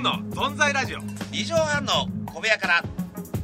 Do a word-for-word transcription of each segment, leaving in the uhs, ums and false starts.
ンの存在ラジオにじょうはんの小部屋から。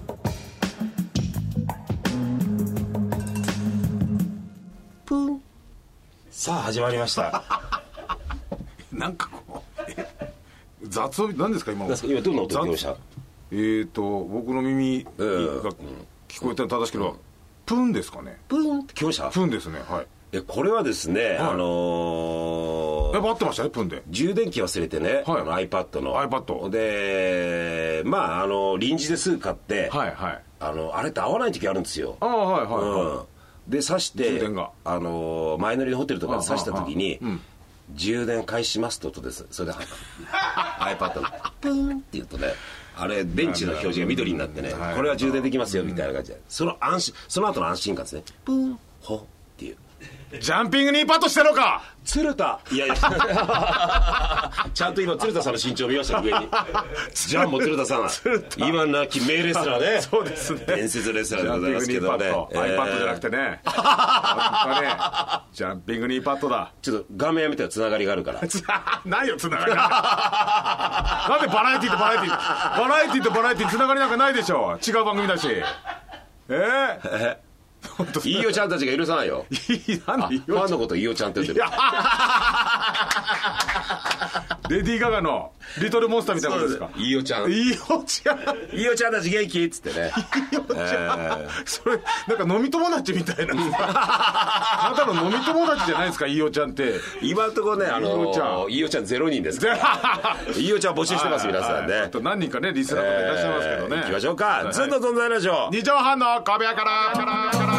プーさあ始まりましたなんかこう雑音何ですか今も。 今どんな音が聞こえました？ えーと僕の耳が聞こえたの正しければ、うん、プンですかね。 プンって聞こえました？ プンですね。はい。 えこれはですね、はい、あのー、 やっぱ合ってましたね。プンで充電器忘れてね、はい、あの iPad の iPad でまああの臨時ですぐ買って、 はいはい、 あのあれって合わない時あるんですよ。 ああはいはい、はい、 うんで挿してあの前乗りのホテルとかで挿した時に、うん、充電開始しますって音です。それでiPad のプーンって言うとね、あれ電池の表示が緑になってね、これは充電できますよみたいな感じで、その安心その後の安心感ですね。プーンほっていうジャンピングニーパッドしてろか鶴田。いやいやちゃんと今鶴田さんの身長見ました上にジャンも鶴田さん今なき名レスラーね。 そうですね、 伝説レスラーでございますけどね。 iPad じゃなくてねねジャンピングニーパッドだ。 ちょっと画面見たらつながりがあるからないよつながりなんでバラエティーとバラエティーバラエティーとバラエティーつながりなんかないでしょ。違う番組だし。えー、えいいよちゃんたちが許さないよ。 いいなんでいいよファンのこといいよちゃんって言ってるレディー・ガガのリトルモンスターみたいなことですか。 いいよちゃんいいよちゃんいいよちゃんたち元気っつってね。 いいよちゃん、えー、それなんか飲み友達みたいなあなたの飲み友達じゃないですかいいよちゃんって。 今のところねあのいいよちゃんゼロにんですからいいよちゃん募集してます皆さんね。 あと何人かねリスナーとかいらっしゃいますけどね、えー、 行きましょうか。ずっと存在ラジオにじょうはんの小部屋からからから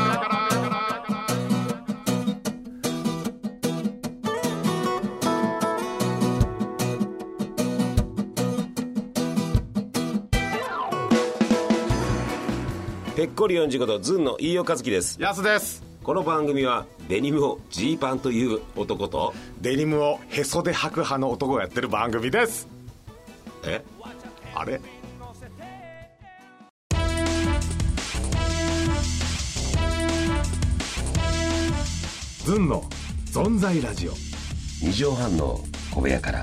ぺっこりよんじゅうごとズンの飯尾和樹です。 やすです。 この番組はデニムをジーパンという男とデニムをへそで履く派の男がやってる番組です。 えあれズンの存在ラジオにじょうはんの小部屋から。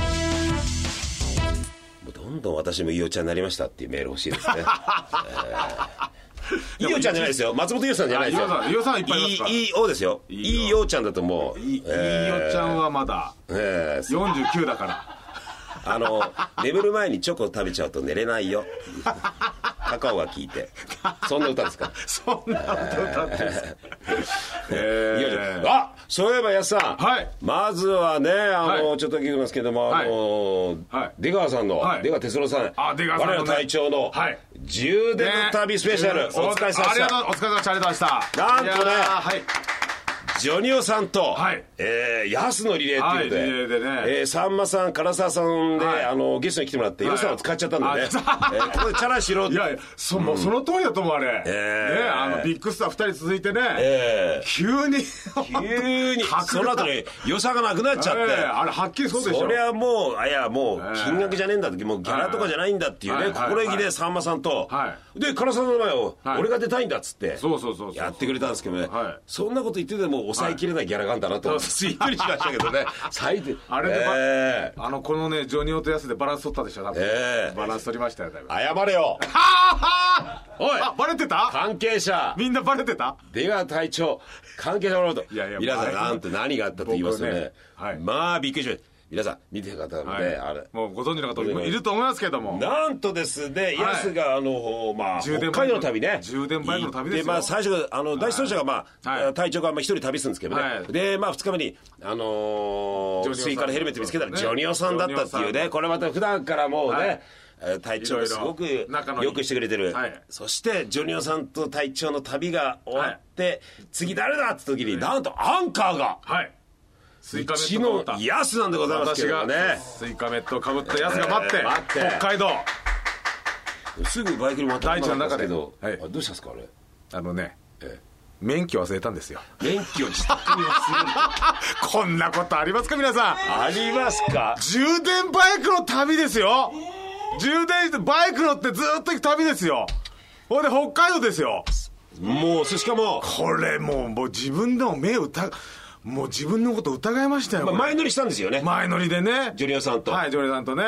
もうどんどん私も飯尾ちゃんになりましたっていうメール欲しいですね、えーいいよちゃんじゃないですよ。松本伊代さんじゃないですよ。 伊代さんいっぱいいますから。 いいおですよ。いいよちゃんだともう。 いいよちゃんはまだよんじゅうきゅうだから。 あの眠る前にチョコ食べちゃうと寝れないよ。カカオが効いて。そんな歌ですか。 そんな歌歌ってんですか。 えー、あ、そういえばやすさん、はい、まずはねあの、はい、ちょっと聞きますけども、あの、はい、出川さんの、はい、出川哲朗さん、 あ出川さんの、ね、 我ら隊長の、はい、充電の旅スペシャル、ね、お疲れ様でした。 ありがとうお疲れ様でした。ありがとうございました。 なんとね、はい、ジョニオさんと、はい、えー、ヤスのリレーっていうことで、はい、リレーでね、えー、さんまさん唐沢さんで、はい、あのゲストに来てもらって、はい、予算を使っちゃったんでね、はい、えー、ここでチャラしろって。いやいや そ,、うん、もうその通りだと思うあれ、えーね、あのビッグスターふたり続いてね、えー、急に急にその後に予算がなくなっちゃって、えー、 あれはっきりそうでしょ。 それはもうあいやもう金額じゃねえんだって、もうギャラとかじゃないんだっていうね、心意気でさんまさんと、はい、で唐沢の前を、はい、俺が出たいんだっつってやってくれたんですけどね、はい、そんなこと言ってても抑えきれないギャラがあんだなと思ってついっくりしましたけどね最低あれで、えー、あのこのねジョニオとヤスでバランス取ったでしょ多分、えー、バランス取りましたよだいぶ。 謝れよおいあバレてた。 関係者みんなバレてた。 出川隊長関係者のこといやいや皆さんなんて何があったと言いますよね、ね、はい、まあびっくりしました。皆さん見てる方なので、はい、あれもうご存知の方もいると思いますけども、 なんとですね、はい、ヤスがあの、まあ、北海道の旅ね、 充電バイクの旅ですよ。 で、まあ、最初あの第一走者が、まあはい、隊長が一人旅するんですけどね、はい、で、まあ、ふつかめに、あのー、スイカのヘルメット見つけたら、ね、ジョニオさんだったっていうね、これまた普段からもうね、はい、隊長がすごくよくしてくれてる、はい、そしてジョニオさんと隊長の旅が終わって、はい、次誰だって時に、なんとアンカーが、はい、スイカメットをかぶったヤスなんでございますけどね。 スイカメットをかぶったヤスが待って、えー、待って北海道すぐバイクに回って大地の中で、 はい、あどうしたんですかあれ。 あのね、えー、免許忘れたんですよ。 免許自宅に忘れるこんなことありますか皆さん。 ありますか。 充電バイクの旅ですよ。充電してバイク乗ってずっと行く旅ですよ。ほんで北海道ですよ。 もうしかもこれもう、もう自分でも目を疑う、もう自分のこと疑いましたよ、 まあ、前乗りしたんですよね。 前乗りでね、 ジョニオさんと、 はい、ジョニオさんとね。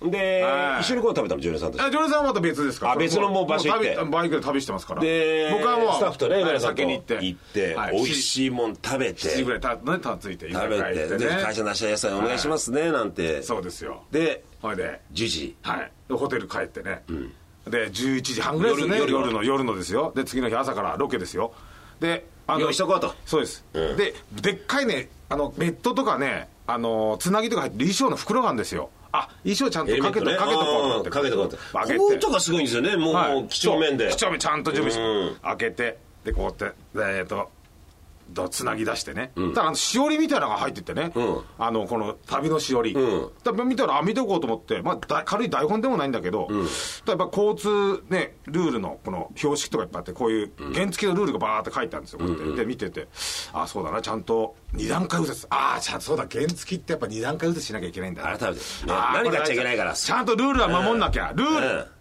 で一緒にご飯食べたのジョニオさんと。 ジョニオさんはまた別ですから。 あ別のもう場所行ってバイクで旅してますから。 で僕はもうスタッフとね皆さんと先に行って行って美味しいもん食べてしちじぐらいたねたついて食べてで会社の明日野菜お願いしますねなんて。 そうですよ。 でほいでじゅうじはいホテル帰ってねでじゅういちじはんぐらいですね。夜の夜のですよ。で次の日朝からロケですよ。で用意しとこうと。 そうです、うん、ででっかいねあのベッドとかねあのつなぎとか入ってる衣装の袋があるんですよ。あ衣装ちゃんとかけと、ね、かけとこうと思ってかけとこうってこういうとこがすごいんですよね。もう、はい、几帳面で几帳面ちゃんと準備して、うん、開けてでこうやってえー、っとつなぎ出してね、うん、ただあのしおりみたいなのが入っててね、うん、あのこの旅のしおり、うん、だ見たらあ見ておこうと思って、まあ、軽い台本でもないんだけど、うん、やっぱ交通、ね、ルールのこの標識とかいっぱいあってこういう原付のルールがバーって書いてあるんですよ、こうやって、うん、で見ててあそうだなちゃんとに段階右折ああちゃんとそうだ原付ってやっぱに段階右折しなきゃいけないんだ改めて、ね、何買っちゃいけないからちゃんとルールは守んなきゃ、うん、ルール、うん、ルール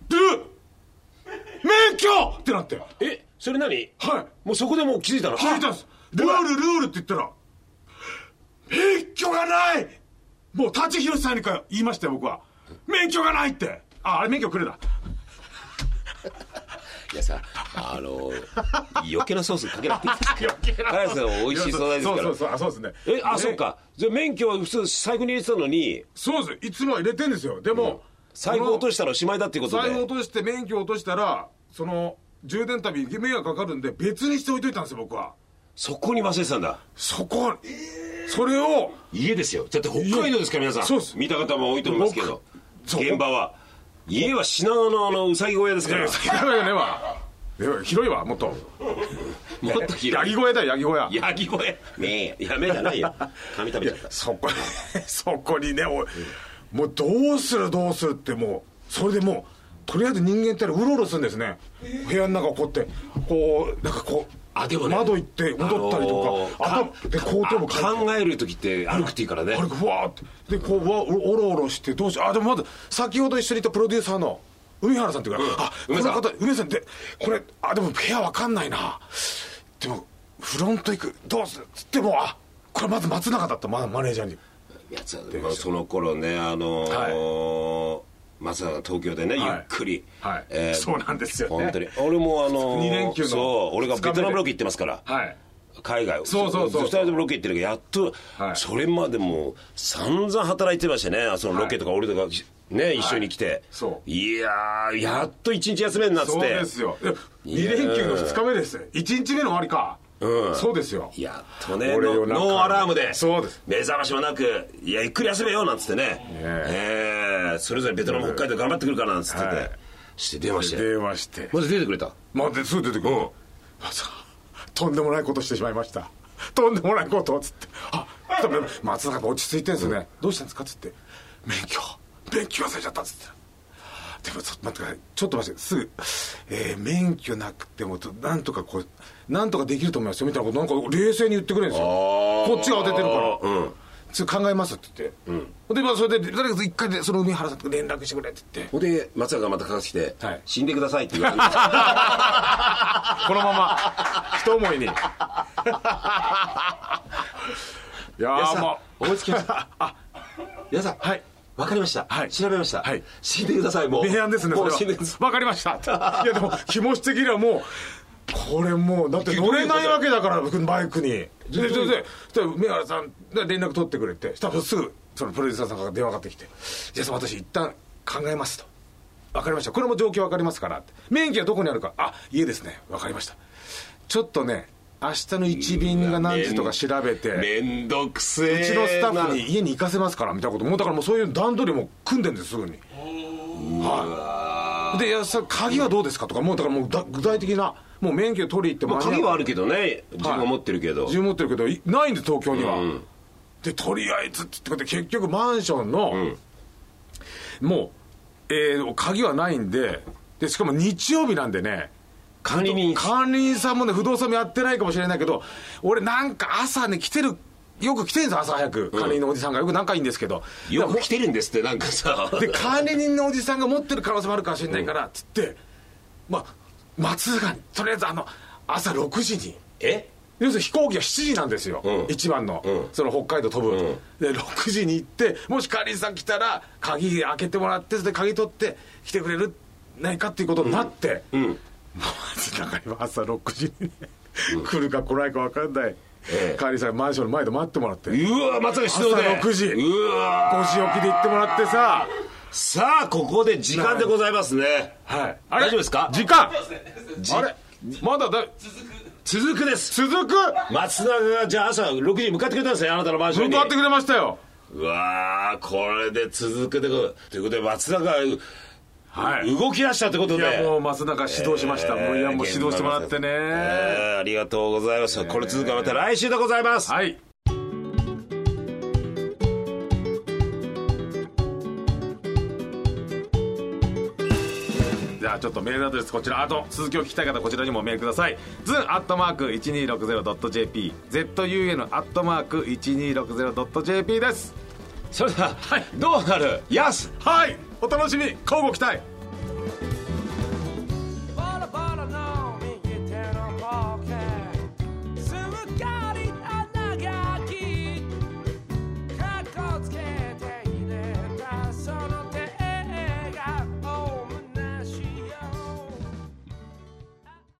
免許ってなってえそれ何はいもうそこでもう気づいたの気づいたんですルールルールって言ったら免許がないもう舘ひろしさんにか言いましたよ僕は免許がないってああれ免許くれだいやさあの余計なソースかけなくていいですか余計なソース美味しい素材ですからそうそうそうあそうですねえあそっかじゃあ免許は普通財布に入れてたのにそうですいつもは入れてんですよでも、うん、 財布落としたらおしまいだっていうことで財布落として免許落としたらその充電旅迷惑かかるんで別にして置いといたんですよ僕はそこに忘れてたんだそこそれを家ですよだって北海道ですから皆さんそうです見た方も多いと思いますけど現場は家は品川のあのうさぎ小屋ですからうさぎ小屋ねは広いわもっともっと広いヤギ小屋だよヤギ小屋ヤギ小屋ねえやめじゃないよ髪食べちゃったそこそこにねおもうどうするどうするってもうそれでもうとりあえず人間ってうろうろするんですね部屋の中をこうやってこうなんかこうあでもね、窓行って戻ったりとか、あのー、で後頭部考える時って歩くっていいからね歩くふわーってでこうわおろおろしてどうしようあでもまず先ほど一緒にいたプロデューサーの海原さんっていうから、うん、あこの方海さんってこれあでも部屋わかんないなでもフロント行くどうするつってもあこれまず松永だったマネージャーにやつは、まあ、その頃ねあのーはい松永東京でね、はい、ゆっくり、 はいえー、そうなんですよね本当に俺もあのー、 に連休のそう俺がベトナムロケ行ってますから、はい、海外そうそうそうふたりともロケ行ってるけどやっと、はい、それまでも散々働いてましてねそのロケとか俺とかね、はい、一緒に来て、はい、いやーやっといちにち休めになってそうですよに連休のふつかめですいちにちめの終わりかうん、そうですよやっとねノーアラームでそうです目覚ましもなくいやゆっくり休めよなんつってね、えー、それぞれベトナム北海道頑張ってくるからなんつってて、はい、して電話して電話してまず出てくれたまずすぐ出てくる、うん、まさかとんでもないことしてしまいましたとんでもないことっつってあ松永落ち着いてるんですよね、うん、どうしたんですかっつって免許免許忘れちゃったっつってでもちょっと待ってくださいちょっと待ってすぐ、えー、免許なくてもなんとかこうなんとかできると思いますよみたいなことなんか冷静に言ってくれるんですよこっちが当ててるから、うん、それ考えますって言って、うん、でまあそれで誰か一回でその海原さんと連絡してくれって言ってほんで松永がまたかかってきて、はい、死んでくださいって言われるこのまま一思いにいやーまあ思いつきましたあ皆さんはいわかりました、はい、調べました、はい、死んでくださいもう明暗ですねそれはわかりましたいやでも気持ち的にはもうこれもうだって乗れないわけだからバイクにでそれでそしたら梅原さん連絡取ってくれてしたらすぐそのプロデューサーさんから電話かかってきて「じゃあ私一旦考えます」と「分かりましたこれも状況分かりますから」って「免許はどこにあるか」「あ家ですね分かりました」ちょっとね明日の一便が何時とか調べてめんどくせえうちのスタッフに家に行かせますからみたいなこともうだからもうそういう段取りも組んでるんですすぐにはいでいやさ鍵はどうですかとかもうだからもうだ具体的なもう免許取り行っても、 まあ、鍵はあるけどね自分が持ってるけど、はい、 自分持ってるけどないんで東京には、うん、でとりあえずってことで結局マンションの、うん、もう、えー、鍵はないんででしかも日曜日なんでね管理人管理人さんもね不動産もやってないかもしれないけど俺なんか朝ね来てるよく来てるんですよ朝早く管理人のおじさんがよく仲いいんですけど、 うん、よく来てるんですってなんかさで管理人のおじさんが持ってる可能性もあるかもしれないからっつって、うん、まあ松坂にとりあえずあの朝ろくじにえ要するに飛行機がしちじなんですよ、うん、一番の、うん、その北海道飛ぶ、うん、でろくじに行って、もしカーリーさん来たら鍵開けてもらって、それで鍵取って来てくれるないかっていうことになって、うんうん、松永には朝ろくじに、ねうん、来るか来ないか分かんない、ええ、カーリーさんマンションの前で待ってもらって、 うわ松永指導で朝ろくじ、うわごじ起きで行ってもらってさ、 さあここで時間でございますね。 はい、 大丈夫ですか？ 時間あれまだだ続くです続く松永がじゃあ朝ろくじに向かってくれたんですよ、あなたのマンションに向かってくれましたよ。 うわーこれで続くでということで松永が、はい、動き出したってことで、 いやもう松永指導しました、えー、もういやもう指導してもらってね、 えー、ありがとうございます、えー、これ続くはまた来週でございます。 はい、じゃあちょっとメールアドレスこちら、あと続きを聞きたい方はこちらにもメールください。ズンアットマーク いちにーろくゼロドットジェーピー ゼットユーエヌ アットマーク いちにーろくゼロドットジェーピー です。 それでは、はい、どうなるヤス、 はいお楽しみ、交互期待。